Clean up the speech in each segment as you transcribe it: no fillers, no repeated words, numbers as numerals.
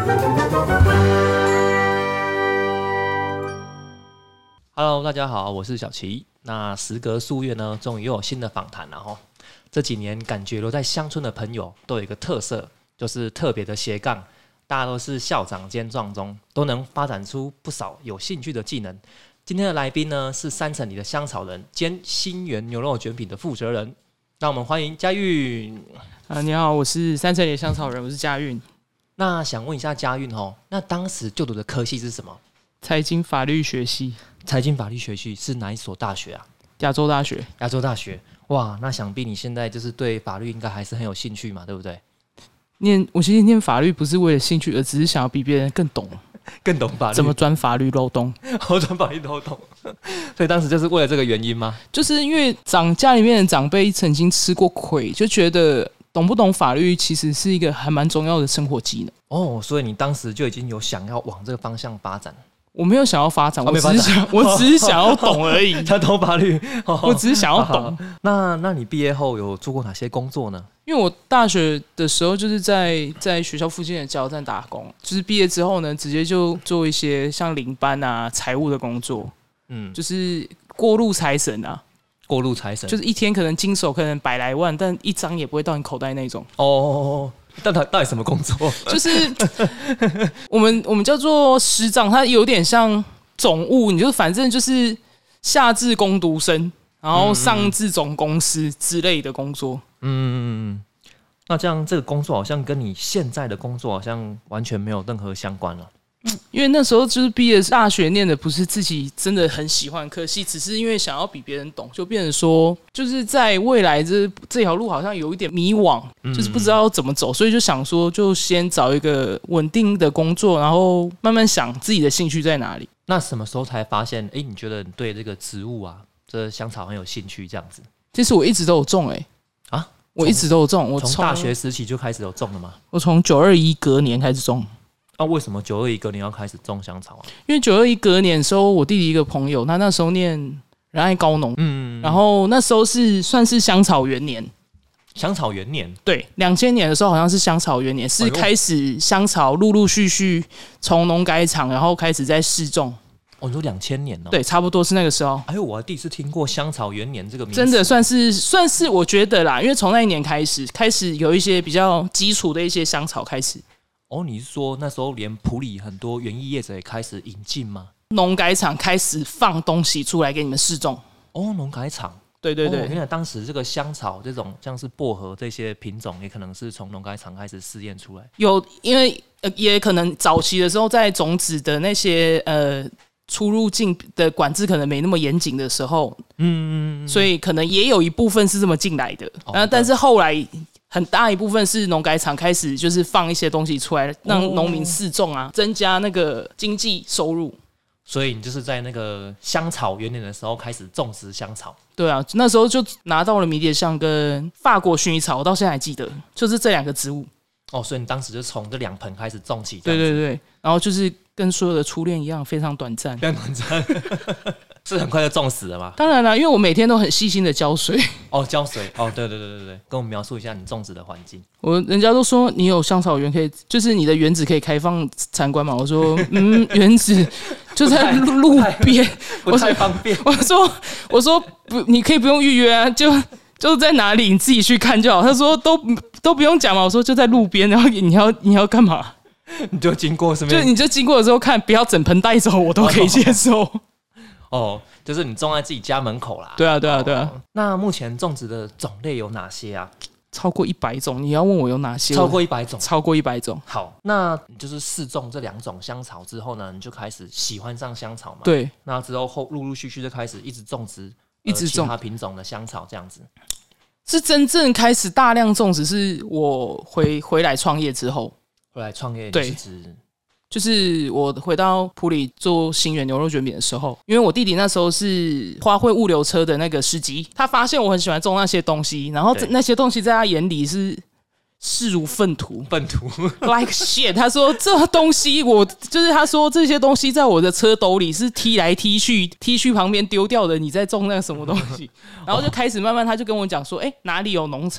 Hello， 大家好，我是小齐。那时隔数月呢，终于又有新的访谈了哈。这几年感觉留在乡村的朋友都有一个特色，就是特别的斜杠，大家都是校长兼壮中，都能发展出不少有兴趣的技能。今天的来宾呢是三城里的香草人兼新源牛肉卷饼的负责人，让我们欢迎嘉韵。 你好，我是三城里的香草人，我是嘉韵。 那想问一下嘉韵那当时就读的科系是什么？ 财经法律学系。 财经法律学系是哪一所大学啊？ 亚洲大学。 亚洲大学，哇，那想必你现在就是对法律应该还是很有兴趣嘛，对不对？ 我其实念法律不是为了兴趣，而只是想要比别人更懂法律， 怎么钻法律漏洞。 钻法律漏洞，所以当时就是为了这个原因吗？ 就是因为家里面的长辈曾经吃过亏，就觉得懂不懂法律其实是一个还蛮重要的生活技能。 所以你当时就已经有想要往这个方向发展。 我没有想要发展，我只是想要懂而已。 他懂法律， 我只是想要懂。 那你毕业后有做过哪些工作呢？ 因为我大学的时候就是在学校附近的加油站打工，就是毕业之后呢，直接就做一些像领班啊、财务的工作，就是过路财神啊。 过路财神就是一天可能经手可能100来万，但一张也不会到你口袋那种。 但他到底什么工作？ 就是我们叫做师长，它有点像总务，你就反正就是下至工读生，然后上至总公司之类的工作。 那这样这个工作好像跟你现在的工作好像完全没有任何相关了。 因为那时候就是毕业大学念的不是自己真的很喜欢的科系，只是因为想要比别人懂，就变成说就是在未来这条路好像有一点迷惘，就是不知道怎么走，所以就想说就先找一个稳定的工作，然后慢慢想自己的兴趣在哪里。 那什么时候才发现你觉得你对这个植物啊这香草很有兴趣这样子？ 其实我一直都有种我一直都有种，我从大学时期就开始有种了吗？ 我从921隔年开始种。 为什么921隔年要开始种香草啊？ 因为921隔年的时候，我弟弟一个朋友，他那时候念仁爱高农，然后那时候算是香草元年。 香草元年， 对，2000年的时候好像是香草元年，是开始香草陆陆续续从农改场，然后开始在试种。 你说2000年对，差不多是那个时候。 我第一次听过香草元年这个名字， 真的算是我觉得啦，因为从那一年开始有一些比较基础的一些香草开始。 你是说那时候连埔里很多园艺业者也开始引进吗？ 农改场开始放东西出来给你们试种。 农改场， 对。 原来当时这个香草这种像是薄荷这些品种，也可能是从农改场开始试验出来。 因为也可能早期的时候，在种子的那些出入境的管制可能没那么严谨的时候，所以可能也有一部分是这么进来的。但是后来很大一部分是农改场开始就是放一些东西出来，让农民试种啊，增加那个经济收入。 所以你就是在那个香草元年的时候开始种植香草。 对啊，那时候就拿到了迷迭香跟法国薰衣草，我到现在还记得，就是这2个植物。 所以你当时就从这2盆开始种起。 对，然后就是跟所有的初恋一样，非常短暂。 非常短暂。是很快就种死了吗？ 当然啦，因为我每天都很细心的浇水。 浇水对，跟我们描述一下你种植的环境。 人家都说你有香草园可以，就是你的园子可以开放参观嘛。我说园子就在路边， 不太方便。 我说不，你可以不用预约啊，就在哪里你自己去看就好。他说都不用讲嘛。我说就在路边，然后你要干嘛？ 你就经过是不是？ 你就经过的时候看，不要整盆带走，我都可以接受。 就是你种在自己家门口啦。 对啊。 那目前种植的种类有哪些啊？ 超过100种。你要问我有哪些？ 超过100种。 超过100种。 好，那你就是试种这2种香草之后呢，你就开始喜欢上香草嘛？ 对。 那之后陆陆续续就开始一直种植，其他品种的香草这样子。 是真正开始大量种植，是我回来创业之后。 回来创业， 对，就是我回到埔里做新源牛肉卷饼的时候，因为我弟弟那时候是花卉物流车的那个司机，他发现我很喜欢种那些东西，然后那些东西在他眼里是视如粪土like shit。 他说这东西他说这些东西在我的车斗里是踢来踢去，T 恤旁边丢掉的，你在种那个什么东西。然后就开始慢慢他就跟我讲说哪里有农场，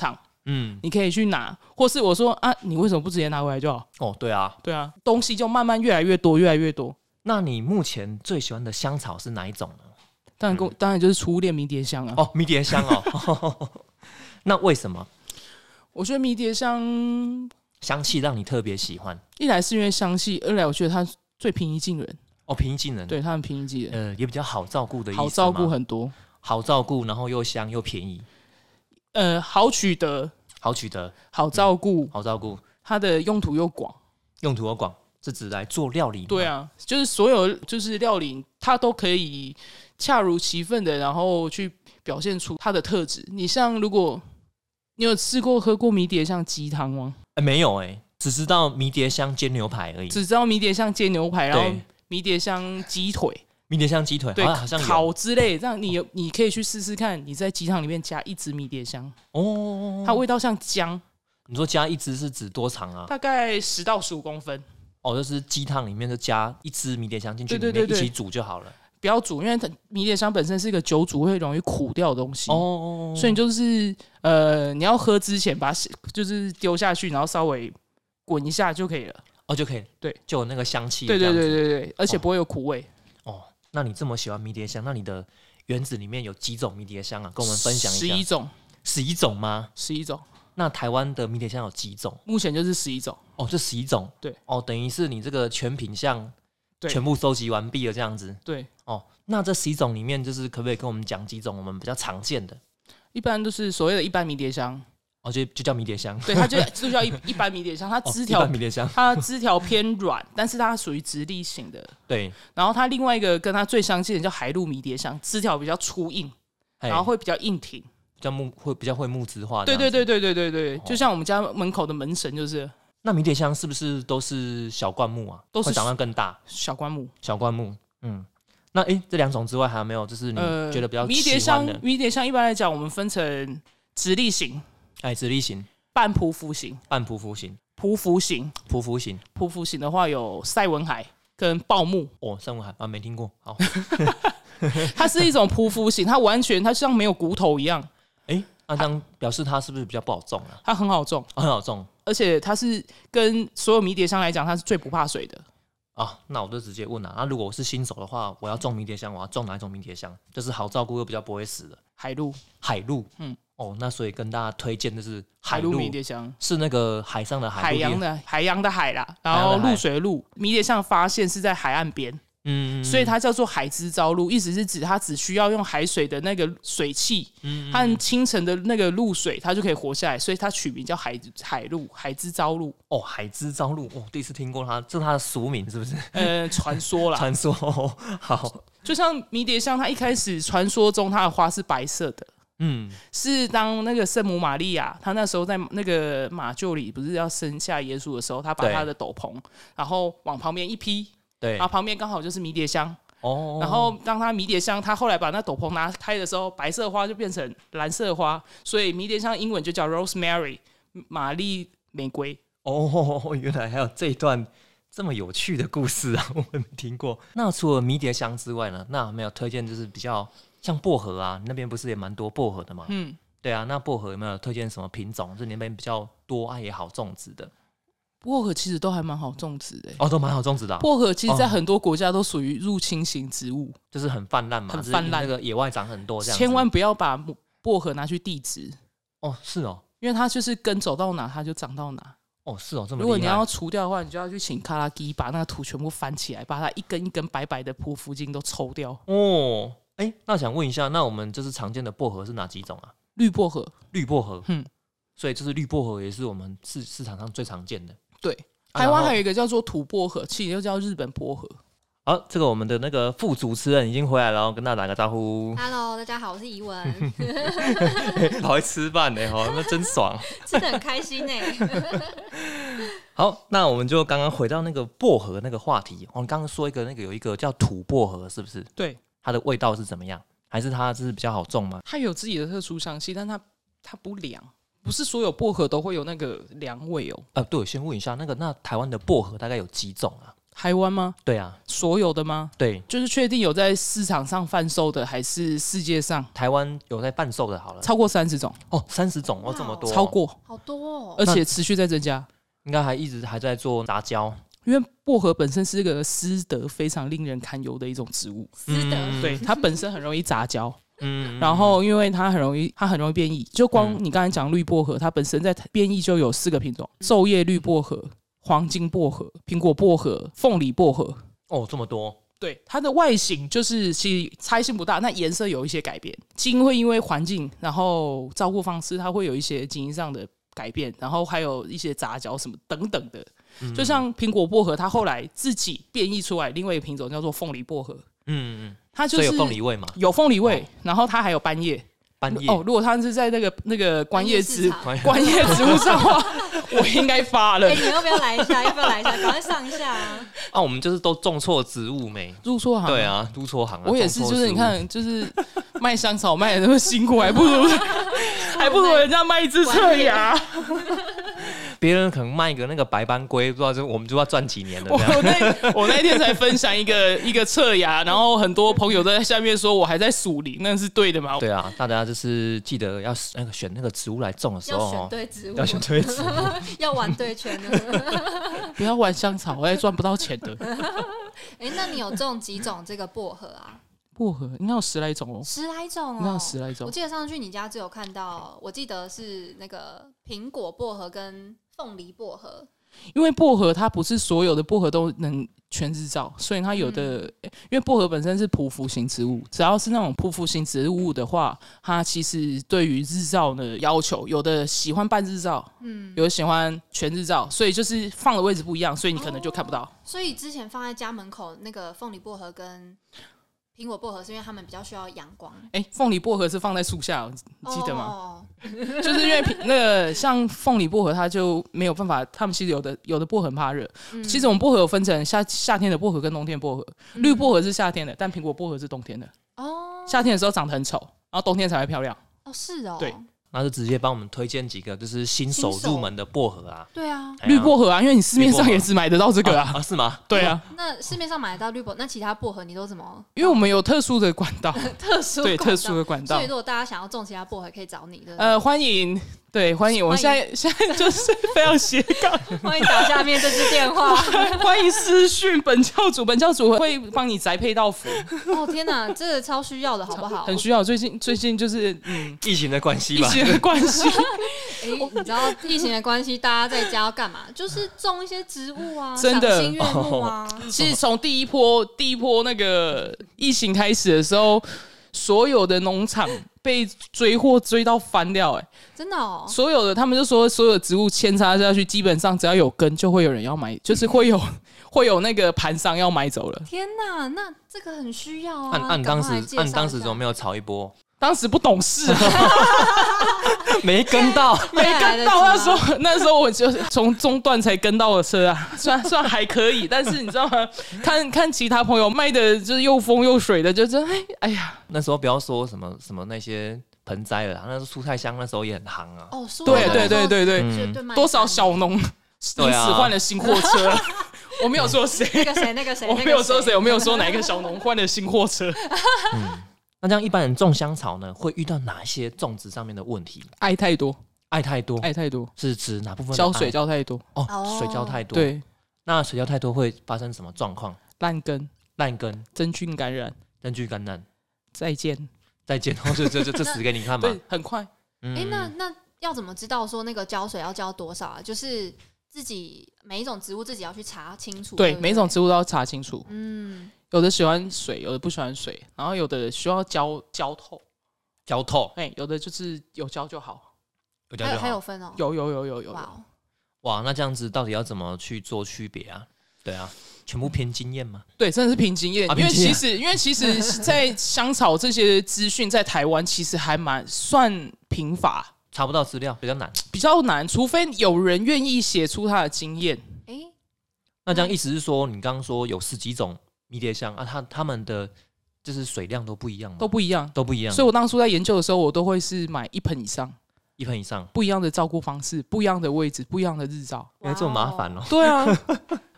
你可以去拿，或是我说啊，你为什么不直接拿回来就好？ 哦，对啊， 对啊，东西就慢慢越来越多，越来越多。 那你目前最喜欢的香草是哪一种呢？ 当然就是初恋迷迭香啊。 哦，迷迭香哦。那为什么？ 我觉得迷迭香香气让你特别喜欢？ 一来是因为香气，二来我觉得它最平易近人。 哦，平易近人， 对，它很平易近人， 也比较好照顾的意思吗？ 好照顾很多， 好照顾，然后又香又便宜， 好取得， 好取得， 好照顾， 好照顾， 它的用途又广， 用途又广，是指来做料理吗？ 对啊，就是所有就是料理，它都可以恰如其分的，然后去表现出它的特质。你像如果你有试过喝过迷迭香鸡汤吗？ 没有只知道迷迭香煎牛排而已， 只知道迷迭香煎牛排，然后迷迭香鸡腿。 迷迭香鸡腿， 对， 好像烤之类，这样你可以去试试看，你在鸡汤里面加一支迷迭香，它味道像姜。 你说加一支是指多长啊？ 大概10到15公分。 就是鸡汤里面就加一支迷迭香进去，里面一起煮就好了。 不要煮，因为迷迭香本身是一个久煮会容易苦掉的东西所以你就是你要喝之前把就是丢下去，然后稍微滚一下就可以了。 就可以，对，就有那个香气。 对，而且不会有苦味。 那你这么喜欢迷迭香，那你的园子里面有几种迷迭香啊？跟我们分享一下。 11种。 11种吗 ？11种。 那台湾的迷迭香有几种？ 目前就是11种。 这11种。 对。 等于是你这个全品项全部收集完毕了这样子。 对。 那这11种里面，就是可不可以跟我们讲几种我们比较常见的？ 一般都是所谓的一般迷迭香。 就叫迷迭香， 对，它就叫一般迷迭香，它枝条迷迭香， 它枝条偏软，但是它属于直立型的。 对， 然后它另外一个跟它最相近的叫海陆迷迭香，枝条比较粗硬，然后会比较硬挺， 比较会木质化。 对，就像我们家门口的门神就是。 那迷迭香是不是都是小灌木啊？都是长得更大小灌木。 那这2种之外还有没有？就是你觉得比较喜欢的？ 迷迭香一般来讲，我们分成直立型。 直立型、 半匍匐型、 匍匐型、 匍匐型、匍匐型的话有赛文海跟豹木。 赛文海没听过。好， 它是一种匍匐型，它像没有骨头一样。 那这样表示它是不是比较不好种啊？ 它很好种， 很好种， 而且它是跟所有迷迭香来讲，它是最不怕水的。 那我就直接问了。那如果我是新手的话，我要种迷迭香，我要种哪一种迷迭香？就是好照顾又比较不会死的。 海陆。 那所以跟大家推荐的是海陆迷迭香， 是那个海上的海， 海洋的海啦，然后露水的露。迷迭香发现是在海岸边，所以它叫做海之朝露，意思是指它只需要用海水的那个水汽和清晨的那个露水，它就可以活下来，所以它取名叫海陆，海之朝露。 海之朝露，第一次听过它，这是它的俗名是不是？ 传说啦， 传说。好， 就像迷迭香，它一开始传说中它的花是白色的。是当那个圣母玛利亚，她那时候在那个马厩里，不是要生下耶稣的时候，她把她的斗篷，然后往旁边一劈， 对， 然后旁边刚好就是迷迭香，然后当她迷迭香，她后来把那斗篷拿开的时候，白色花就变成蓝色花，所以迷迭香英文就叫 Rosemary， 玛丽玫瑰。 原来还有这一段这么有趣的故事啊，我没听过。那除了迷迭香之外呢，那有没有推荐就是比较像薄荷啊？那边不是也蛮多薄荷的吗？对啊，那薄荷有没有推荐什么品种？是那边比较多也好种植的？ 薄荷其实都还蛮好种植的。 都蛮好种植的。 薄荷其实在很多国家都属于入侵型植物， 就是很泛滥嘛，很泛滥，那个野外长很多这样子。 千万不要把薄荷拿去地植。 是哦， 因为它就是根走到哪它就长到哪。 是哦，这么厉害。 如果你要除掉的话，你就要去请卡拉基把那个土全部翻起来，把它一根一根白白的匍匐茎都抽掉。 那想问一下，那我们就是常见的薄荷是哪几种啊？ 绿薄荷。 所以就是绿薄荷也是我们市场上最常见的。 对，台湾还有一个叫做土薄荷，其实就叫日本薄荷。 好，这个我们的那个副主持人已经回来了，跟大家打个招呼。 Hello， 大家好，我是怡文。 跑来吃饭呢，那真爽， 吃得很开心呢。 好，那我们就刚刚回到那个薄荷那个话题。我们刚刚说有一个叫土薄荷，是不是？ 对， 它的味道是怎么样？还是它是比较好种吗？ 它有自己的特殊香气，但它不凉，不是所有薄荷都会有那个凉味哦。 对，先问一下，那台湾的薄荷大概有几种啊？ 台湾吗？ 对啊， 所有的吗？ 对， 就是确定有在市场上贩售的，还是世界上台湾有在贩售的，好了， 超过30种？ 哦，30种哦，这么多， 超过， 好多哦， 而且持续在增加。 应该一直还在做杂交， 因为薄荷本身是个湿得非常令人堪忧的一种植物， 是的， 对，它本身很容易杂交。 嗯， 然后因为它很容易变异，就光你刚才讲绿薄荷，它本身在变异就有4个品种：昼夜绿薄荷、黄金薄荷、苹果薄荷、凤梨薄荷。 哦，这么多， 对，它的外形就是其实差异性不大，那颜色有一些改变，基因会因为环境，然后照顾方式，它会有一些基因上的改变，然后还有一些杂交什么等等的。就像苹果薄荷，它后来自己变异出来另外一个品种叫做凤梨薄荷。它就是所以有凤梨味嘛， 有凤梨味，然后它还有斑叶。哦，如果它是在那个观叶植物上的话，我应该发了。 你要不要来一下？赶快上一下啊！ 啊，我们就是都种错植物没入错行。 对啊，入错行啊。 我也是，就是你看，就是卖香草卖的那么辛苦，还不如人家卖一只侧芽。 别人可能卖一个那个白斑龟，不知道我们就要赚几年了。 我那天才分享一个侧芽，然后很多朋友都在下面说我还在属灵，那是对的吗？ 对啊，大家就是记得要选那个植物来种的时候， 要选对植物， 要玩对圈的， 不要玩香草，我也赚不到钱的。 那你有种几种这个薄荷啊？ 薄荷应该有10来种哦 ，10来种哦， 应该有10来种。 我记得上次去你家只有看到，我记得是那个苹果薄荷跟凤梨薄荷。 因为薄荷它不是所有的薄荷都能全日照，所以它有的，因为薄荷本身是匍匐型植物，只要是那种匍匐型植物的话，它其实对于日照的要求，有的喜欢半日照，有的喜欢全日照，所以就是放的位置不一样，所以你可能就看不到。 所以之前放在家门口那个凤梨薄荷跟苹果薄荷是因为他们比较需要阳光。 凤梨薄荷是放在树下，你记得吗？就是因为那个像凤梨薄荷，它就没有办法。他们其实有的薄荷很怕热。其实我们薄荷有分成夏天的薄荷跟冬天薄荷。绿薄荷是夏天的，但苹果薄荷是冬天的。夏天的时候长得很丑，然后冬天才会漂亮。 是哦。 对。 那就直接帮我们推荐几个就是新手入门的薄荷啊。 对啊， 绿薄荷啊，因为你市面上也只买得到这个啊。 是吗？ 对啊。 那市面上买得到绿薄荷，那其他薄荷你都怎么？ 因为我们有特殊的管道， 特殊的管道。 所以如果大家想要种其他薄荷，可以找你的。 欢迎。对，欢迎！我们现在就是非常斜杠， 欢迎打下面这支电话， 欢迎私讯本教主会帮你宅配到府。 哦天哪，这个超需要的，好不好？ 很需要，最近就是疫情的关系吧， 疫情的关系。 你知道疫情的关系，大家在家要干嘛？就是种一些植物啊， 真的赏心悦目啊。 其实从第一波那个疫情开始的时候，所有的农场被追货追到翻掉， 真的哦。 所有的他们就说，所有的植物扦插下去，基本上只要有根，就会有人要买，就是会有那个盘商要买走了。 天哪，那这个很需要啊！ 按当时怎么没有炒一波？ 当时不懂事， 没跟到。 那时候我就从中段才跟到的车啊，算还可以，但是你知道吗？看其他朋友卖的就是又风又水的，就真哎呀。 那时候不要说什么那些盆栽了，那时候蔬菜香那时候也很夯啊。 对，多少小农因此换了新货车。我没有说谁， 那个谁， 我没有说谁，我没有说哪一个小农换了新货车。 那这样一般人种香草呢，会遇到哪些种植上面的问题？ 爱太多是指哪部分？ 浇水浇太多水浇太多。对，那水浇太多会发生什么状况？ 烂根、真菌感染。再见， 这死给你看嘛。 对，很快。 那要怎么知道说那个浇水要浇多少啊？就是自己每一种植物自己要去查清楚。 对，每一种植物都要查清楚。有的喜欢水，有的不喜欢水，然后有的需要浇透。有的就是有浇就好。 还有分哦。 有。 哇，那这样子到底要怎么去做区别啊？对啊，全部凭经验吗？ 对，真的是凭经验。因为其实在香草这些资讯在台湾其实还算贫乏， 查不到资料，比较难，除非有人愿意写出他的经验。 那这样意思是说，你刚刚说有10几种迷迭香啊，他们的就是水量都不一样吗？ 都不一样。所以我当初在研究的时候，我都会是买1盆以上， 不一样的照顾方式，不一样的位置，不一样的日照。 这么麻烦哦。 对啊，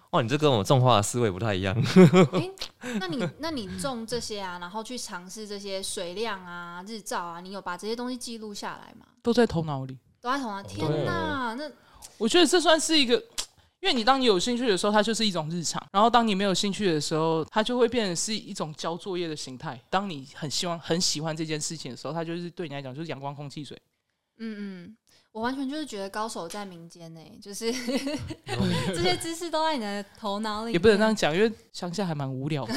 哦，你这跟我种花的思维不太一样。 那你种这些啊，然后去尝试这些水量啊、日照啊，你有把这些东西记录下来吗？ 都在头脑里， 都在头脑。天哪，那我觉得这算是一个。因为你当你有兴趣的时候，它就是一种日常；然后当你没有兴趣的时候，它就会变成是一种交作业的形态。当你很喜欢这件事情的时候，它就是对你来讲就是阳光、空气、水。 我完全就是觉得高手在民间呢，就是这些知识都在你的头脑里。 也不能这样讲，因为乡下还蛮无聊的。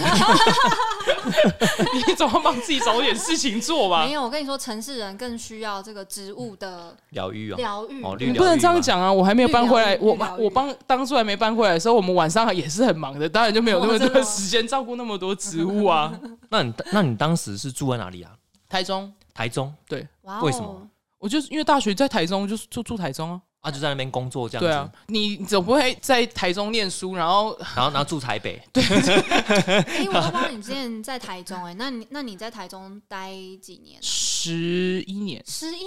你总要帮自己找点事情做吧？ 没有，我跟你说，城市人更需要这个植物的疗愈。 你不能这样讲啊！我还没有搬回来，我当初还没搬回来的时候，我们晚上也是很忙的，当然就没有那么多时间照顾那么多植物啊。 那你当时是住在哪里啊？ 台中。对。 为什么？ 我就是因为大学在台中，就住台中啊， 就在那边工作这样子。 对啊，你总不会在台中念书，然后住台北。 对。我不知道你之前在台中那你在台中待几年 ？11年。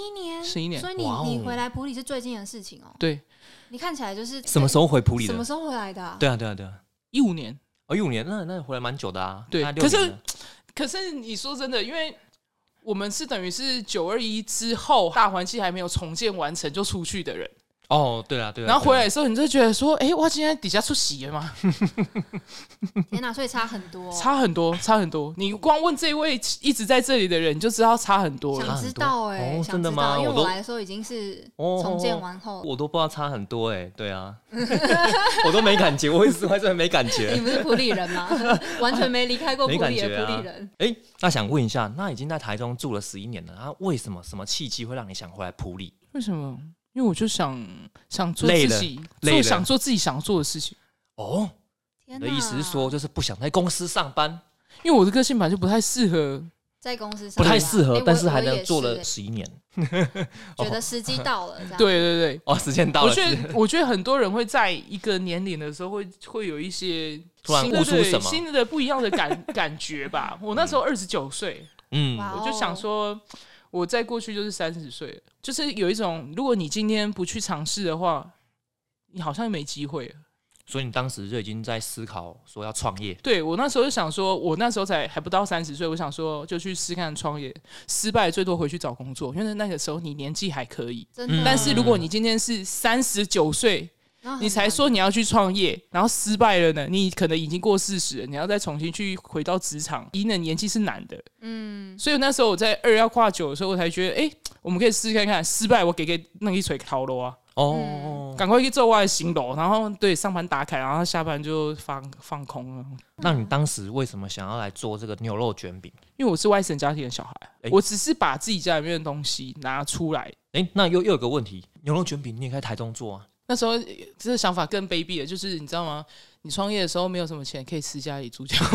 11年。所以你回来埔里是最近的事情哦。 对。 你看起来就是什么时候回埔里的？ 什么时候回来的啊？ 对啊。 15年。 15年，那回来蛮久的啊。 对。可是你说真的，因为我们是等于是921之后大环境还没有重建完成就出去的人。 哦，对啊。 然后回来的时候，你就觉得说，我今天底下出席了吗？ 天哪，所以差很多。 差很多。你光问这位一直在这里的人，你就知道差很多了。 想知道真的吗？ 因为我来的时候已经是重建完后， 我都不知道差很多对啊，我都没感觉，我一直还是没感觉。 你不是埔里人吗？完全没离开过埔里的埔里人。 那想问一下，那已经在台中住了11年了，为什么契机会让你想回来埔里？ 为什么？因为我就想做自己，想做自己想做的事情。 哦，你的意思是说，就是不想在公司上班？ 因为我的个性本来就不太适合在公司上班， 不太适合，但是还能做了11年， 觉得时机到了。 对。 时间到了。 我觉得很多人会在一个年龄的时候会有一些突然悟出什么新的不一样的感觉吧。我那时候29岁，我就想说。我在过去就是30岁了，就是有一种，如果你今天不去尝试的话，你好像没机会了。 所以你当时就已经在思考说要创业。 对，我那时候就想说，我那时候还不到30岁，我想说就去试看创业，失败最多回去找工作，因为那个时候你年纪还可以。但是如果你今天是39岁。你才说你要去创业，然后失败了呢？你可能已经过40了，你要再重新去回到职场，以你的年纪是难的。所以那时候我在2要跨9的时候，我才觉得，我们可以试试看看，失败我给那一锤头路啊！赶快去做我的行路，然后上班打卡，然后下班就放空了。 那你当时为什么想要来做这个牛肉卷饼？ 因为我是外省家庭的小孩，我只是把自己家里面的东西拿出来。 那又有个问题，牛肉卷饼你也可以台中做啊。 那时候这个想法更卑鄙了，就是你知道吗？你创业的时候没有什么钱，可以吃家里住家。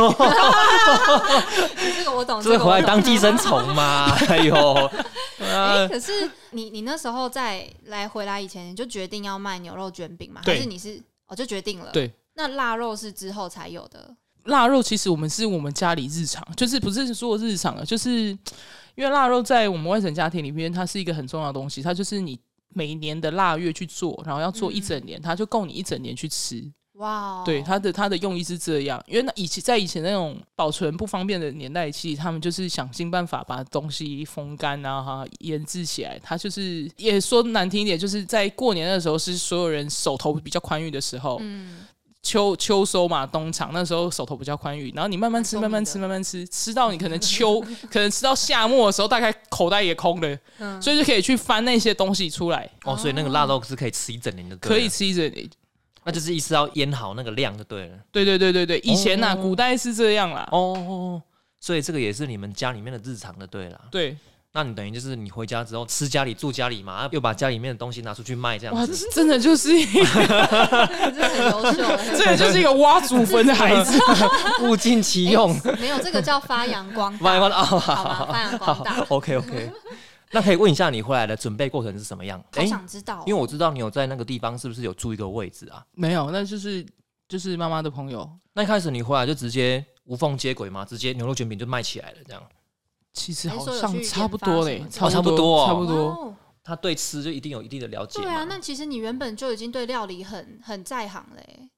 这个我懂， 这回来当寄生虫吗？ 可是你那时候回来以前，你就决定要卖牛肉卷饼吗？还是你是就决定了？ 对。 那腊肉是之后才有的。 腊肉其实我们家里日常，就是不是说日常了，就是因为腊肉在我们外省家庭里面，它是一个很重要的东西，它就是你。每年的腊月去做，然后要做1整年，它就够你1整年去吃。 哇！ 对，它的用意是这样，因为在以前那种保存不方便的年代，其实他们就是想尽办法把东西风干啊、腌制起来。它就是也说难听一点，就是在过年的时候是所有人手头比较宽裕的时候。秋收嘛，冬藏那时候手头比较宽裕，然后你慢慢吃，吃到你可能吃到夏末的时候，大概口袋也空了，所以就可以去翻那些东西出来。 所以那个腊肉是可以吃1整年的， 可以吃1整年， 那就是意思要腌好那个量就对了。 对，以前古代是这样啦。 所以这个也是你们家里面的日常的，对啦。 对。 那你等于就是你回家之后吃家里住家里嘛，又把家里面的东西拿出去卖，这样子。 哇，这真的就是一个这很优秀， 这就是一个挖祖坟的孩子， 物尽其用。 没有，这个叫发扬光大。好吧，发扬光大。 OK。那可以问一下你回来的准备过程是什么样？ 好想知道， 因为我知道你有在那个地方是不是有租一个位置啊？ 没有，那就是妈妈的朋友。 那一开始你回来就直接无缝接轨吗？直接牛肉卷饼就卖起来了这样？ 其实好像差不多嘞， 差不多。 他对吃就一定有一定的了解。 对啊，那其实你原本就已经对料理很在行嘞。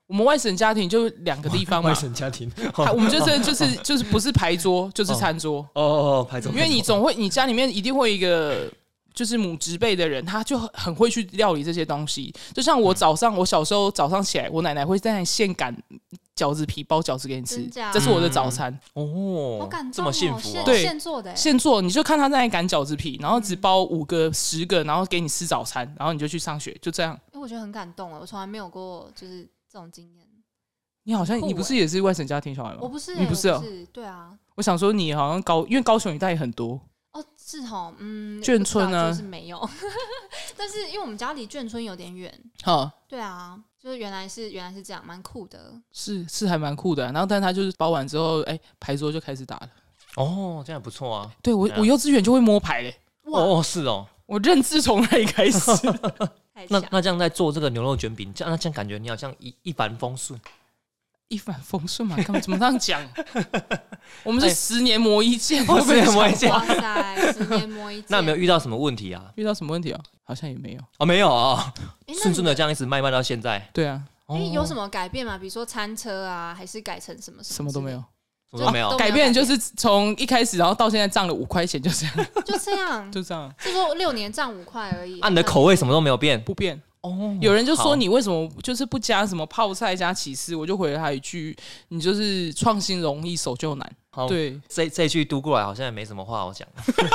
我们外省家庭就2个地方嘛， 外省家庭， 我们就是不是牌桌就是餐桌牌桌， 因为你家里面一定会有一个就是母职辈的人，他就很会去料理这些东西。就像我小时候早上起来，我奶奶会在那现擀饺子皮包饺子给你吃，这是我的早餐。 好感动这么幸福对， 现做的， 现做，你就看他在那擀饺子皮，然后只包5个、10个，然后给你吃早餐，然后你就去上学，就这样。 我觉得很感动我从来没有过就是这种经验。 你好像你不是也是外省家庭小孩吗？ 我不是， 你不是哦。 对啊， 我想说你好像因为高雄一带也很多。 是齁， 眷村啊， 就是没有，但是因为我们家离眷村有点远，对啊，就是原来是这样，蛮酷的， 是还蛮酷的。然后，但是他就是包完之后，牌桌就开始打了。 这样不错啊。 对我幼稚园就会摸牌嘞。 是哦， 我认字从那里开始。 那这样在做这个牛肉卷饼，这样感觉你好像一帆风顺。 一帆风顺嘛？怎么这样讲？我们是10年磨一剑 ，10年磨一剑。 哇塞，10年磨一剑。 那有没有遇到什么问题啊？ 遇到什么问题啊？好像也没有。 没有啊，顺顺的这样一直卖到现在。 对啊。 有什么改变吗？比如说餐车啊，还是改成什么？ 什么都没有。 什么都没有。 改变就是从一开始，然后到现在涨了5块钱，就这样。 就这样。 就这样。 就说6年涨5块而已。 你的口味什么都没有变？ 不变。有人就说你为什么就是不加什么泡菜加起司？我就回了他一句：你就是创新容易，守旧难。对， 这句读过来好像也没什么话好讲。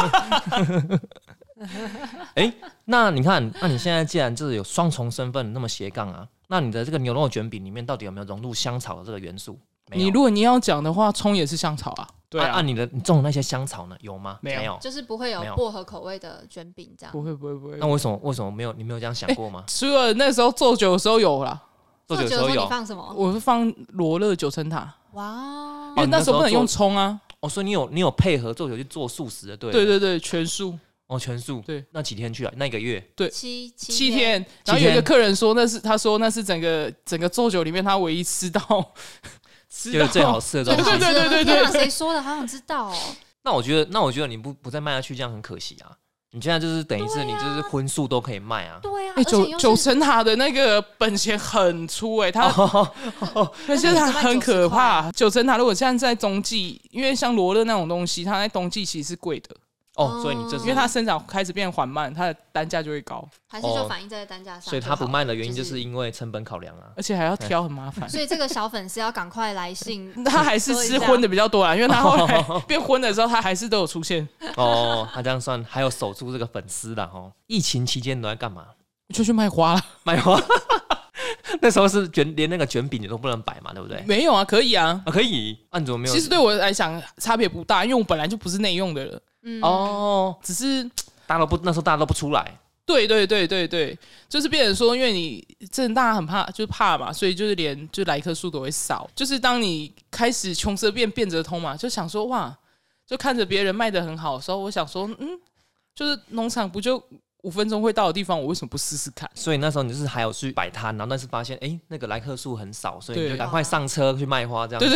那你看，那你现在既然就是有双重身份，那么斜杠啊，那你的这个牛肉卷饼里面到底有没有融入香草的这个元素？ 如果你要讲的话，葱也是香草啊。对啊， 你种的那些香草呢？有吗？ 没有， 就是不会有薄荷口味的卷饼这样。 不会。 那为什么没有？你没有这样想过吗？ 除了那时候做酒的时候有啦。 做酒的时候你放什么？ 我是放罗勒9层塔。 哇， 因为那时候不能用葱啊。 所以你有配合做酒去做素食的，对？ 对，全素。 全素。 对， 那几天去啊？那1个月？ 对 ，7 天。然后有一个客人说，他说那是整个做酒里面他唯一吃到最好吃的东西。 对，谁说的？好想知道哦。 那我觉得你不再卖下去，这样很可惜啊。你现在就是等于是你就是荤素都可以卖啊。 对啊 ，9层塔的那个本钱很粗它那些它很可怕。9层塔如果现在在冬季，因为像罗勒那种东西，它在冬季其实是贵的。 所以你因为它生长开始变缓慢，它的单价就会高， 还是就反映在单价上。 所以它不卖的原因就是因为成本考量啊， 而且还要挑，很麻烦。 所以这个小粉丝要赶快来信。 他还是吃荤的比较多啦，因为他后来变荤的时候，他还是都有出现。 他这样算还有守住这个粉丝啦。疫情期间你都在干嘛？ 就去卖花了， 卖花。那时候是连那个卷饼你都不能摆嘛，对不对？ 没有啊，可以啊， 可以。你怎么没有？ 其实对我来讲差别不大，因为我本来就不是内用的了。只是那时候大家都不出来。 对，就是变成说，因为你真的大家很怕，就是怕嘛，所以就是连就来客数都会少。就是当你开始穷则变，变则通嘛，就想说哇，就看着别人卖得很好的时候，我想说，就是农场不就5分钟会到的地方，我为什么不试试看？ 所以那时候你就是还有去摆摊，然后但是发现那个来客数很少，所以你就赶快上车去卖花这样子。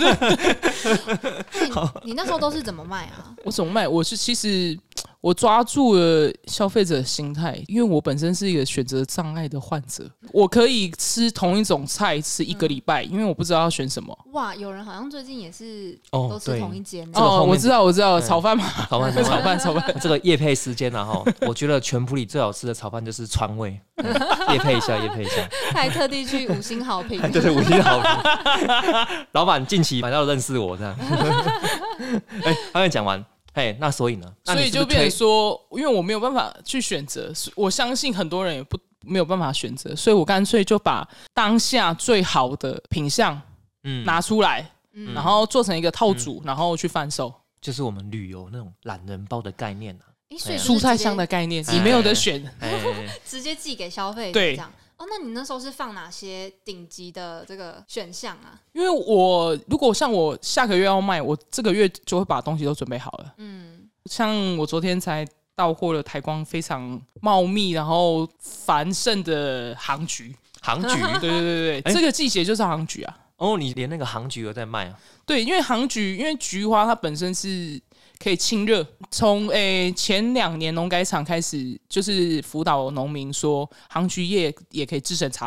对。 你那时候都是怎么卖啊？ 我怎么卖？其实我抓住了消费者的心态，因为我本身是一个选择障碍的患者，我可以吃同一种菜吃1个礼拜，因为我不知道要选什么。 哇，有人好像最近也是都吃同一间。 我知道，炒饭嘛， 炒饭。这个业配时间啊，我觉得全埔里最好吃的炒饭就是川味。业配一下。 他还特地去5星好评。 对，5星好评。老板近期买到认识我这样。还没讲完。那所以呢？ 所以就变成说，因为我没有办法去选择，我相信很多人也没有办法选择，所以我干脆就把当下最好的品项拿出来，然后做成一个套组，然后去贩售， 就是我们旅游那种懒人包的概念啊， 蔬菜箱的概念，你没有得选， 直接寄给消费者这样。那你那时候是放哪些顶级的这个选项啊？ 因为如果像我下个月要卖，我这个月就会把东西都准备好了。像我昨天才到货了台光非常茂密然后繁盛的杭菊。对，这个季节就是杭菊啊。 你连那个杭菊都在卖啊？ 对，因为菊花它本身是可以清热。从前2年农改场开始，就是辅导农民说杭菊叶也可以制成茶包。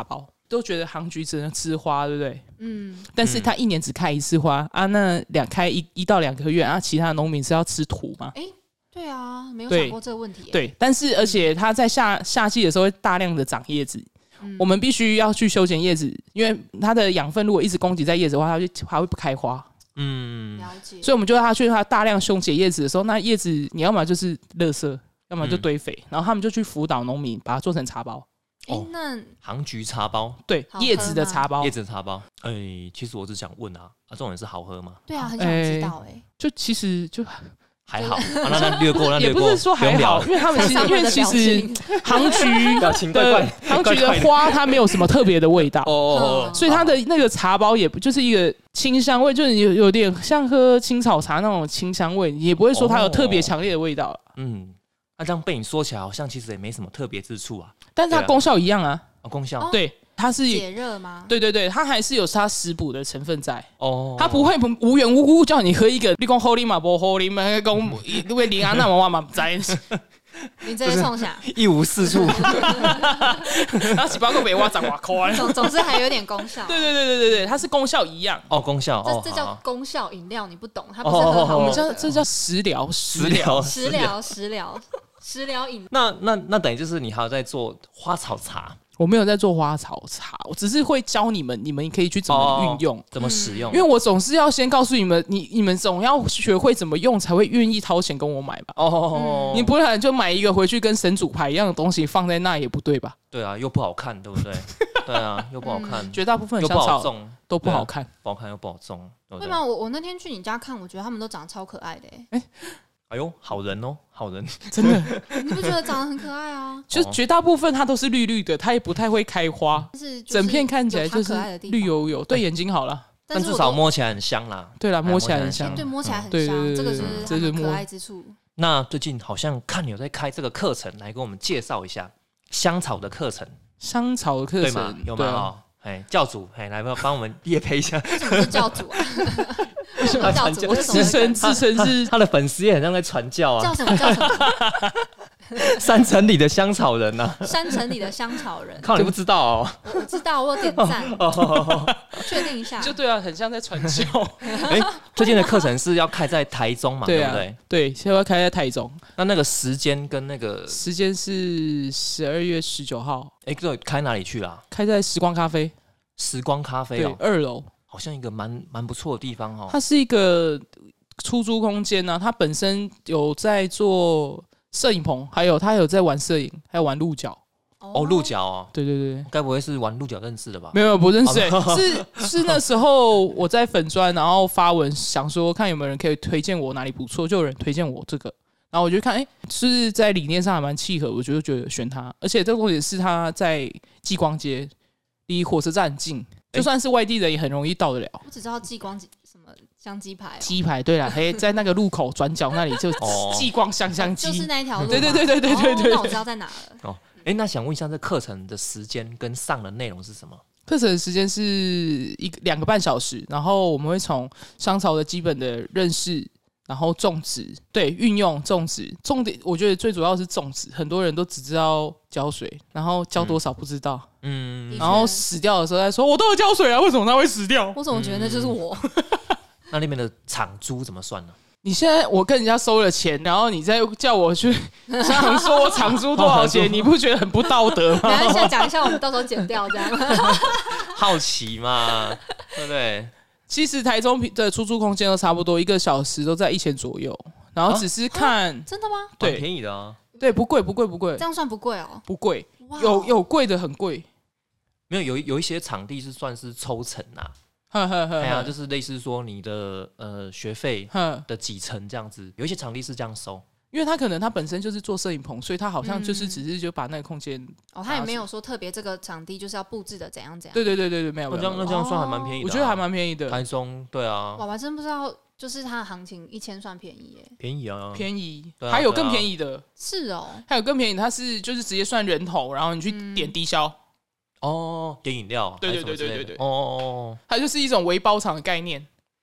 都觉得杭菊只能吃花，对不对？但是他一年只开一次花啊，那开1到2个月啊，其他农民是要吃土吗？ 对啊，没有想过这个问题。 对，但是而且它在夏季的时候会大量的长叶子，我们必须要去修剪叶子，因为它的养分如果一直供给在叶子的话，它会不开花。 了解。 所以我们就要去它大量修剪叶子的时候，那叶子你要么就是垃圾，要么就堆肥，然后他们就去辅导农民把它做成茶包。 那杭菊茶包， 对，叶子的茶包， 叶子的茶包。其实我只想问啊，重点是好喝吗？ 对啊，很想知道就其实就还好，那略过， 也不是说还好，因为他们其实杭菊的花它没有什么特别的味道所以它的那个茶包也不就是一个清香味，就是有点像喝青草茶那种清香味，也不会说它有特别强烈的味道。 那这样被你说起来，好像其实也没什么特别之处啊。 但是它功效一样啊， 功效对。它是解热吗？ 对，它还是有它食补的成分在它不会无缘无故叫你喝一个，你讲好啉嘛，不好啉嘛，讲因为林安那我嘛不知。 你这些冲下一无是处， 然后几包个北蛙涨瓦块， 总之还有点功效。 对，它是功效一样功效这叫功效饮料，你不懂，它不是很好。 我们这叫食疗饮。 那等于就是你还有在做花草茶。 我没有在做花草茶，我只是会教你们可以去怎么运用， 怎么使用。 因为我总是要先告诉你们，你们总要学会怎么用，才会愿意掏钱跟我买吧。你不然就买一个回去跟神主牌一样的东西放在那也不对吧？ 对啊，又不好看，对不对？对啊，又不好看。 绝大部分香草都不好看， 不好看又不好种。 对吗？我那天去你家看，我觉得他们都长得超可爱的。 哎呦，好人哦，好人， 真的， 你不觉得长得很可爱啊？ 就是绝大部分它都是绿绿的，它也不太会开花，整片看起来就是绿油油，对眼睛好了。 但至少摸起来很香啦。 对啦，摸起来很香， 对，摸起来很香，这个是可爱之处。 那最近好像看你有在开这个课程，来跟我们介绍一下香草的课程。 香草的课程对吗？有吗？教主，来帮我们业配一下。 为什么是教主啊？教主自称是他的粉丝也很像在传教啊。 叫什么？ 山城里的香草人呐。 山城里的香草人， 靠你不知道哦。 我知道，我有点赞。确定一下。 就对啊，很像在传教。 最近的课程是要开在台中嘛？对不对？ 对，现在要开在台中。 那个时间跟那个时间是12月19号。 这开哪里去啦？ 开在时光咖啡。 时光咖啡对，2楼。 好像一个蛮不错的地方哦。 它是一个出租空间啊，它本身有在做摄影棚，还有它有在玩摄影，还有玩鹿角。 鹿角哦。 对， 该不会是玩鹿角认识的吧？ 没有，不认识。是那时候我在粉专，然后发文想说看有没有人可以推荐我哪里不错，就有人推荐我这个，然后我就看，是在理念上还蛮契合，我就觉得选它，而且这个重点是它在继光街，离火车站很近。就算是外地人也很容易到得了。 我只知道继光什么香鸡排。 鸡排对啦，在那个路口转角那里就继光香鸡， 就是那一条路。 对。 那我知道在哪了。 那想问一下，这课程的时间跟上的内容是什么？ 课程的时间是2个半小时，然后我们会从香草的基本的认识，然后种植，对，运用种植，重点我觉得最主要是种植，很多人都只知道浇水，然后浇多少不知道，然后死掉的时候再说我都有浇水啊，为什么它会死掉？ 我怎么觉得那就是我？ 那里面的场租怎么算呢？ 你现在我跟人家收了钱，然后你再叫我去想说我场租多少钱，你不觉得很不道德吗？ 等一下讲一下，我们到时候剪掉这样。 好奇嘛，对不对？ 其实台中的出租空间都差不多，1个小时都在1000左右，然后只是看， 真的吗？ 对， 蛮便宜的啊。 对，不贵， 这样算不贵哦？ 不贵，有贵的很贵。 没有一些场地是算是抽成啊。就是类似说你的学费的几成这样子，有一些场地是这样收， 因为他可能他本身就是做摄影棚，所以他好像只是就把那个空间他也没有说特别这个场地就是要布置的怎样。 对，没有。 那这样算还蛮便宜的， 我觉得还蛮便宜的。 台中对啊， 我还真不知道，就是它的行情1000算便宜耶， 便宜啊， 便宜，还有更便宜的， 是哦， 还有更便宜的，它是就是直接算人头，然后你去点低消。 点饮料， 对，它就是一种微包场的概念。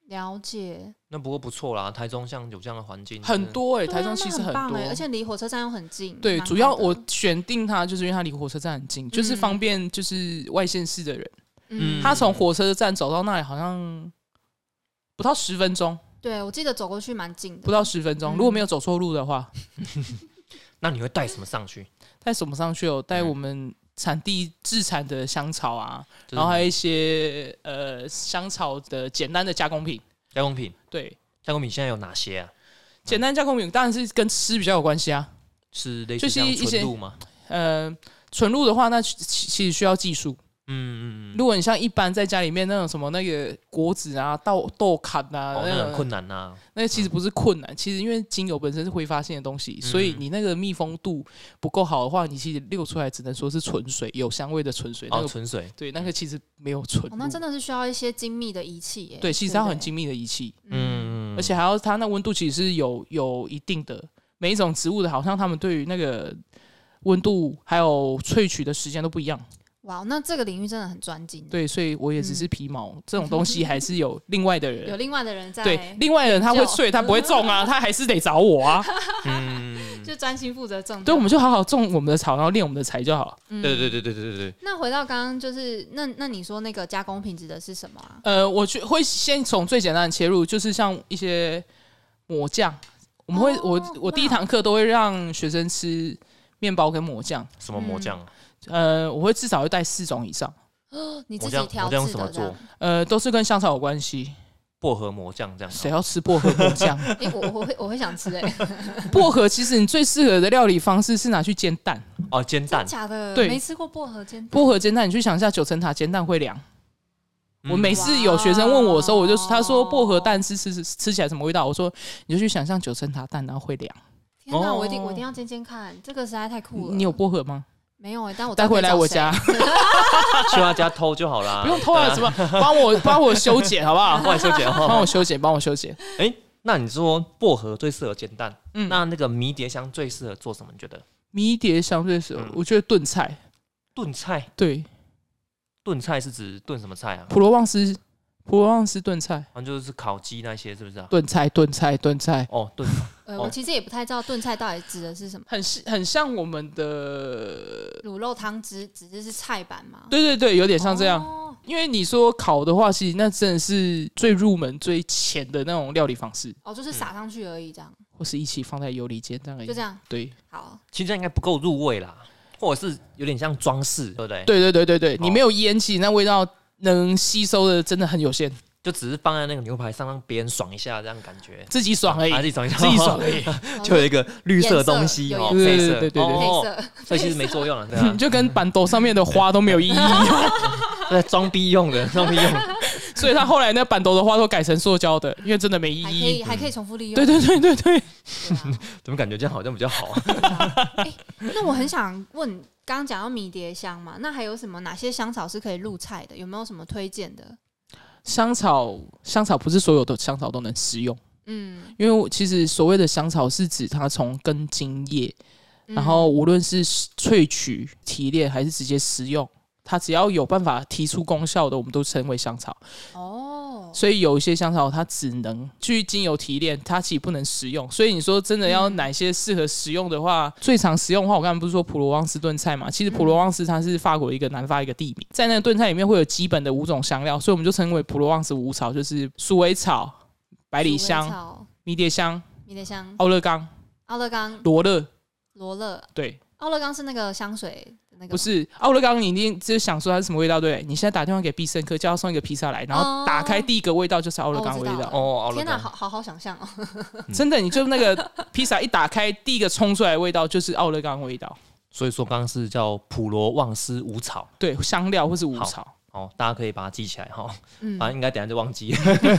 了解。 那不过不错啦，台中像有这样的环境很多对啊台中其实很多， 而且离火车站又很近。 对，主要我选定它就是因为它离火车站很近，就是方便就是外县市的人。他从火车站走到那里好像不到10分钟。 对，我记得走过去蛮近的， 不到10分钟。如果没有走错路的话， 那你会带什么上去？ 带什么上去哦？带我们产地自产的香草啊，然后还有一些香草的简单的加工品。 加工品， 对， 加工品现在有哪些啊？ 简单加工品当然是跟吃比较有关系啊， 是类似像纯露吗？ 纯露的话，那其实需要技术。如果你像一般在家里面那种什么那个果子啊、豆砍啊， 那很困难啊。 那个其实不是困难，其实因为精油本身是挥发性的东西，所以你那个密封度不够好的话，你其实溜出来只能说是纯水，有香味的纯水。那个纯水， 对，那个其实没有纯露。 那真的是需要一些精密的仪器耶。 对，其实它很精密的仪器。而且还要它那温度其实是有一定的，每一种植物的，好像他们对于那个温度还有萃取的时间都不一样。 哇，那这个领域真的很专精。 对，所以我也只是皮毛，这种东西还是有另外的人， 有另外的人在。 对，另外的人他会萃，他不会种啊，他还是得找我啊。 就专心负责种。 对，我们就好好种我们的草，然后练我们的材就好了。 对。 那回到刚刚就是那你说那个加工品指的是什么啊？ 我会先从最简单的切入，就是像一些抹酱，我们会我第一堂课都会让学生吃面包跟抹酱。 什么抹酱？ 我会至少会带4种以上。 你自己调制的？ 怎么做？ 都是跟香草有关系。 薄荷抹酱这样。 谁要吃薄荷抹酱？ 我会想吃薄荷其实你最适合的料理方式是拿去煎蛋。 哦，煎蛋。 假的？ 对， 没吃过薄荷煎蛋。 薄荷煎蛋，你去想一下，9层塔煎蛋会凉。我每次有学生问我的时候，他说薄荷蛋吃起来什么味道？我说你就去想象9层塔蛋，然后会凉。 天哪，我一定要煎煎看，这个实在太酷了。 你有薄荷吗？ 没有但我带回来我家， 去他家偷就好啦。 不用偷啊，什么帮我修剪好不好？帮我修剪。 那你说薄荷最适合煎蛋，那个迷迭香最适合做什么？你觉得？ 迷迭香最适合，我觉得炖菜。 炖菜？ 对， 炖菜是指炖什么菜啊？ 普罗旺斯炖菜， 好像就是烤鸡那些，是不是啊？ 炖菜。 哦，炖。 我其实也不太知道炖菜到底指的是什么。 很像我们的卤肉汤汁，只是菜版吗？ 对，有点像这样。因为你说烤的话，其实那真的是最入门、最浅的那种料理方式。 就是撒上去而已，这样。 或是一起放在油里煎，这样而已。 就这样。 对。 好。 其实这样应该不够入味啦，或者是有点像装饰，对不对？ 对，你没有烟气，那味道能吸收的真的很有限。 就只是放在那个牛排上，让别人爽一下，这样感觉自己爽而已， 自己爽而已，就有一个绿色的东西哦， 配色， 对， 所以其实没作用了，对啊， 就跟板斗上面的花都没有意义， 对，装逼用的， 所以他后来那板斗的花都改成塑胶的，因为真的没意义， 还可以重复利用， 对， 怎么感觉这样好像比较好啊？ 那我很想问，刚刚讲到迷迭香嘛，那还有什么哪些香草是可以入菜的？有没有什么推荐的？ 香草不是所有的香草都能食用，因为其实所谓的香草是指它从根茎叶，然后无论是萃取、提炼还是直接食用，它只要有办法提出功效的，我们都称为香草。所以有一些香草它只能去经由提炼，它其实不能食用。所以你说真的要哪些适合食用的话，最常食用的话，我刚才不是说普罗旺斯炖菜嘛？其实普罗旺斯它是法国一个南法一个地名，在那个炖菜里面会有基本的5种香料，所以我们就称为普罗旺斯5草，就是鼠尾草、百里香、迷迭香、奥勒冈、罗勒，对， 奥勒冈是那个香水。 不是奥勒冈，你一定就想说它是什么味道，对不对？你现在打电话给必胜客，叫他送一个披萨来，然后打开第一个味道就是奥勒冈味道。 天哪，好想象哦！ 真的，你就那个披萨一打开，第一个冲出来的味道就是奥勒冈味道。 所以说刚刚是叫普罗旺斯5草， 对，香料或是5草。 大家可以把它记起来哈，反正应该等一下就忘记。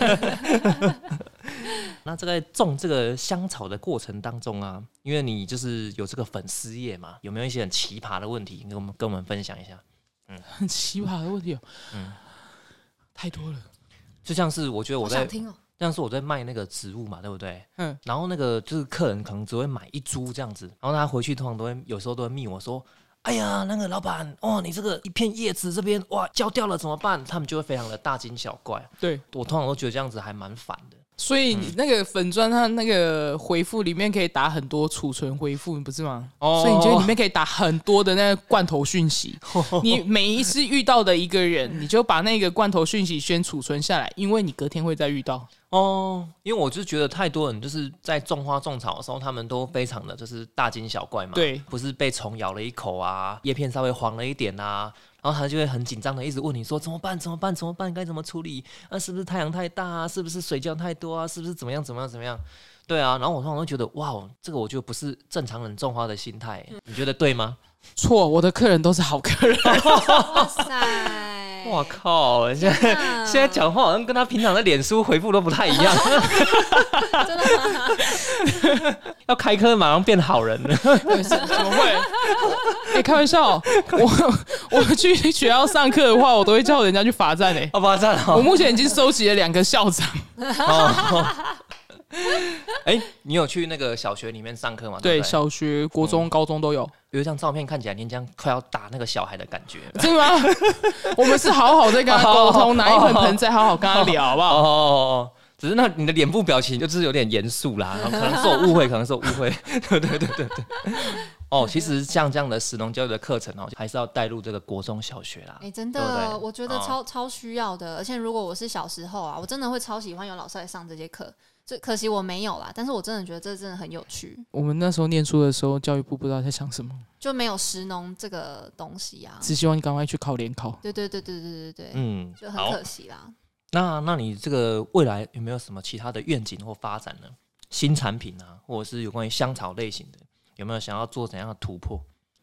那在种这个香草的过程当中啊，因为你就是有这个粉丝页嘛，有没有一些很奇葩的问题跟我们分享一下？ 很奇葩的问题太多了。 就像是我觉得我在， 像是我在卖那个植物嘛，对不对？然后那个就是客人可能只会买1株这样子，然后他回去通常有时候都会密我说哎呀，那个老板哦，你这个一片叶子这边哇焦掉了怎么办？他们就会非常的大惊小怪。 对， 我通常都觉得这样子还蛮烦的。 所以你那个粉专它那个回复里面可以打很多储存回复，不是吗？所以你觉得里面可以打很多的那个罐头讯息，你每一次遇到的一个人，你就把那个罐头讯息先储存下来，因为你隔天会再遇到。 因为我就觉得太多人就是在种花种草的时候，他们都非常的就是大惊小怪嘛。 对， 不是被虫咬了一口啊，叶片稍微黄了一点啊，然后他就会很紧张的一直问你说怎么办？怎么办？怎么办？该怎么处理？是不是太阳太大啊？是不是水浇太多啊？是不是怎么样？怎么样？怎么样？对啊，然后我通常都觉得哇，这个我觉得不是正常人种花的心态，你觉得对吗？ 错，我的客人都是好客人。 哇塞！ 哇靠！现在讲话好像跟他平常的脸书回复都不太一样。 真的吗？ 要开课马上变好人了？ 怎么会？开玩笑，我去学校上课的话，我都会叫人家去罚站罚站哦！ 我目前已经收集了2个校长。 你有去那个小学里面上课吗？ 对，小学、国中、高中都有。 有一张照片看起来，你这样快要打那个小孩的感觉。 真的吗？我们是好好在跟他沟通，拿一盆盆栽好好跟他聊，好不好？ 只是那你的脸部表情就是有点严肃啦，可能是我误会，可能是我误会。对。其实像这样的食农教育的课程还是要带入这个国中小学啦。 真的，对对，我觉得超需要的。而且如果我是小时候啊，我真的会超喜欢有老师来上这些课。这可惜我没有啦，但是我真的觉得这真的很有趣。 我们那时候念书的时候，教育部不知道在想什么， 就没有食农这个东西啊。 只希望你赶快去考联考。 对，就很可惜啦。 那你这个未来有没有什么其他的愿景或发展呢？新产品啊，或者是有关于香草类型的，有没有想要做怎样的突破？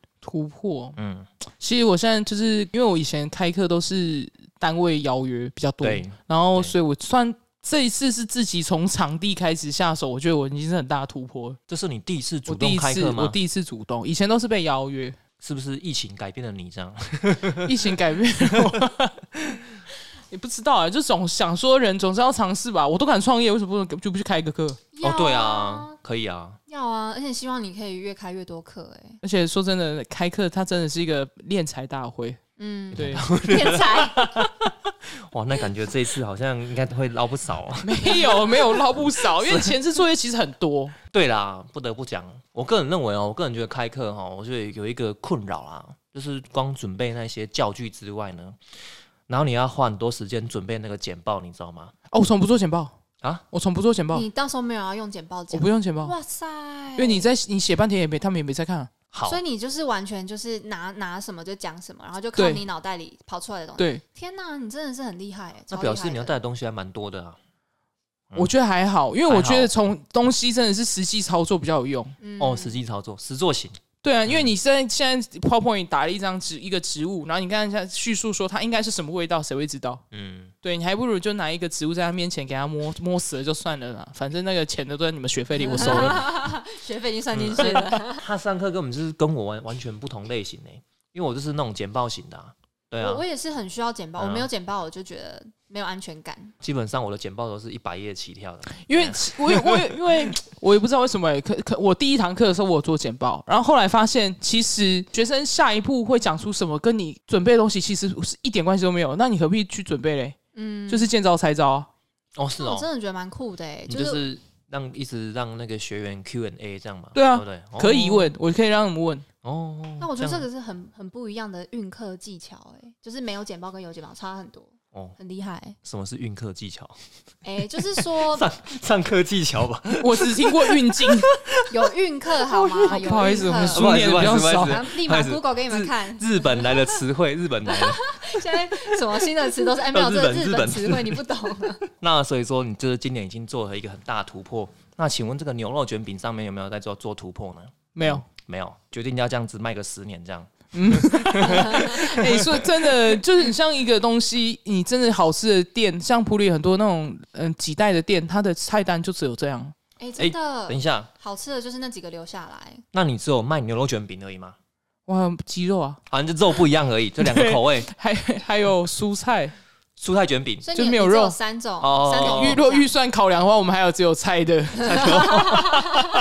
其实我现在就是因为我以前开课都是单位邀约比较多，然后所以我算这一次是自己从场地开始下手，我觉得我已经是很大的突破了。 这是你第一次主动开课吗？ 我第一次主动，以前都是被邀约。 是不是疫情改变了你这样？ 疫情改变了我。也不知道就总想说人总是要尝试吧。我都敢创业，为什么就不去开一个课？ 对啊，可以啊， 要啊，而且希望你可以越开越多课而且说真的，开课它真的是一个练财大会。对， 练财。 哇，那感觉这一次好像应该会捞不少没有捞不少，因为前置作业其实很多。 对啦，不得不讲，我个人认为我个人觉得开课我觉得有一个困扰啦，就是光准备那些教具之外呢，然后你要花很多时间准备那个简报，你知道吗？ 我从不做简报啊！ 我从不做简报。 你到时候没有要用简报讲？ 我不用简报。 哇塞！ 因为你写半天他们也没在看。 好， 所以你就是完全就是拿什么就讲什么，然后就靠你脑袋里跑出来的东西。 对， 天哪，你真的是很厉害那表示你要带的东西还蛮多的啊。 我觉得还好，因为我觉得从东西真的是实际操作比较有用。 实际操作，实作型。 对啊，因为你现在 PowerPoint 打了一个植物，然后你看一下叙述说它应该是什么味道，谁会知道？对，你还不如就拿一个植物在他面前给他摸死了就算了啦，反正那个钱都在你们学费里，我收了。 学费已经算进去了。 他上课根本就是跟我完全不同类型因为我就是那种简报型的对啊， 我也是很需要简报，我没有简报我就觉得没有安全感。 基本上我的简报都是100页起跳的， 因为我也不知道为什么我第一堂课的时候我有做简报，然后后来发现其实学生下一步会讲出什么，跟你准备的东西其实是一点关系都没有，那你何必去准备嘞？就是见招拆招啊。 是哦， 我真的觉得蛮酷的就是一直让那个学员 Q&A 这样嘛？ 对啊， 对不对？ 可以问，我可以让他们问。 那我觉得这个是很不一样的运课技巧就是没有简报跟有简报差很多。很厉害什么是运课技巧？ 就是说上课技巧吧。 我只听过运镜， 有运课好吗？ 不好意思，我们书念的比较少， 立马 Google 给你们看。 日本来的词汇，日本来的。 现在什么新的词都是没有这日本词汇，你不懂。 那所以说，你就是今年已经做了一个很大的突破。那请问这个牛肉卷饼上面有没有在做突破呢？ 没有，决定要这样子卖个10年这样。 所以真的就是你像一个东西，你真的好吃的店，像埔里很多那种几代的店，它的菜单就只有这样。 真的。 等一下， 好吃的就是那几个留下来。 那你只有卖牛肉卷饼而已吗？ 哇，鸡肉啊， 好像就肉不一样而已，就2个口味。 还有蔬菜卷饼， 就没有肉。 3种。 如果预算考量的话，我们还有只有菜的。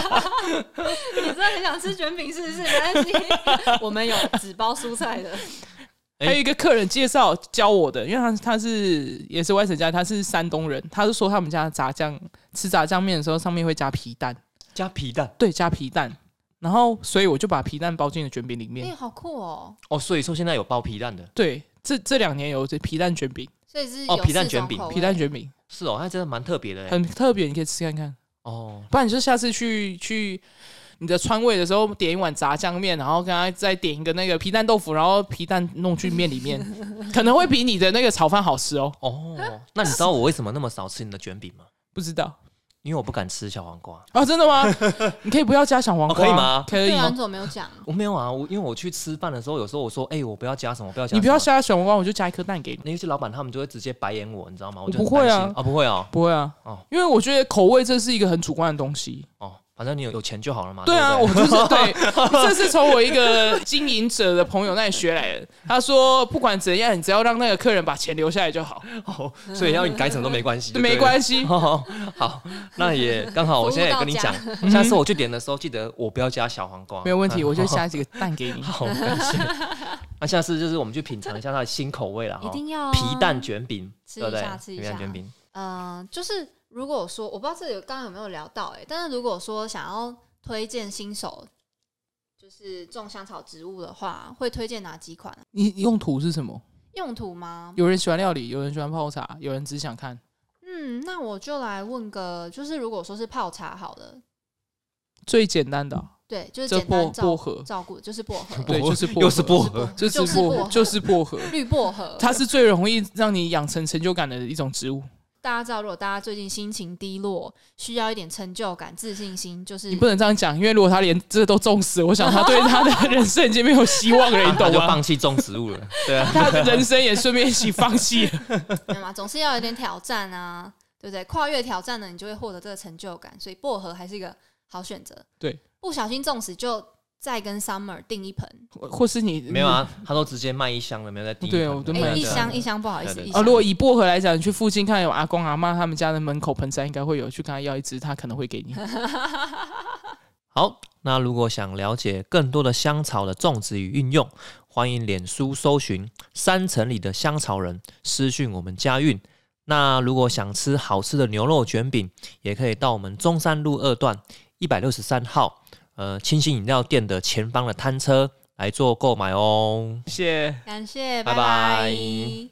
你真的很想吃卷饼是不是？没关系，我们有纸包蔬菜的。 还有一个客人介绍教我的，因为他也是外省家，他是山东人，他是说他们家吃炸酱面的时候上面会加皮蛋， 加皮蛋， 对，加皮蛋，然后所以我就把皮蛋包进了卷饼里面。 好酷哦！ 所以说现在有包皮蛋的， 对，这2年有皮蛋卷饼， 所以是有皮蛋卷饼， 皮蛋卷饼是那真的蛮特别的， 很特别，你可以吃看看不然你就下次去你的川味的时候点一碗炸酱面，然后跟他再点一个那个皮蛋豆腐，然后皮蛋弄去面里面，可能会比你的那个炒饭好吃哦。 那你知道我为什么那么少吃你的卷饼吗？ 不知道， 因为我不敢吃小黄瓜。 真的吗？你可以不要加小黄瓜， 可以吗？ 可以。 对啊，你怎么没有讲？ 我没有啊，因为我去吃饭的时候，有时候我说，我不要加什么，不要加什么， 你不要加小黄瓜，我就加一颗蛋给你。 那些老板他们就会直接白眼我，你知道吗？我就不会啊， 不会啊， 不会啊，因为我觉得口味这是一个很主观的东西。 反正你有钱就好了嘛。 对啊， 对我就是对，这是从我一个经营者的朋友那里学来的。他说，不管怎样，你只要让那个客人把钱留下来就好。 所以要你改什么都没关系， 没关系。 好，那也刚好，我现在也跟你讲，下次我去点的时候，记得我不要加小黄瓜。 没有问题，我就下几个蛋给你。 好，感谢。那下次就是我们去品尝一下它的新口味了， 一定要皮蛋卷饼， 吃一下，吃一下。 皮蛋卷饼， 就是如果说我不知道这刚刚有没有聊到但是如果说想要推荐新手就是种香草植物的话，会推荐哪几款？ 你用途是什么？ 用途吗？ 有人喜欢料理，有人喜欢泡茶，有人只想看。 那我就来问个，就是如果说是泡茶好了， 最简单的对，就是简单薄荷照顾，就是薄荷， 对，就是薄荷， 又是薄荷， 就是薄荷， 绿薄荷， 它是最容易让你养成成就感的一种植物。 大家知道，如果大家最近心情低落，需要一点成就感、自信心，就是你不能这样讲，因为如果他连这都种死，我想他对他的人生已经没有希望了，你懂吗？ 他就放弃种植物了，对啊， 他的人生也顺便一起放弃了。 对吗？总是要有点挑战啊，对不对？跨越挑战呢，你就会获得这个成就感，所以薄荷还是一个好选择。 对， 不小心种死就再跟 Summer 订一盆， 或是你没有啊，他都直接卖一箱了，没有在订一盆。 对，我都卖一箱，不好意思。 如果以薄荷来讲，你去附近看有阿公阿嬷他们家的门口盆栽，应该会有，去跟他要一支，他可能会给你。 好，那如果想了解更多的香草的种植与运用，欢迎脸书搜寻山城里的香草人，私讯我们家运。那如果想吃好吃的牛肉卷饼，也可以到我们中山路2段163号。清新饮料店的前方的摊车来做购买哦。 谢谢， 感谢， 拜拜。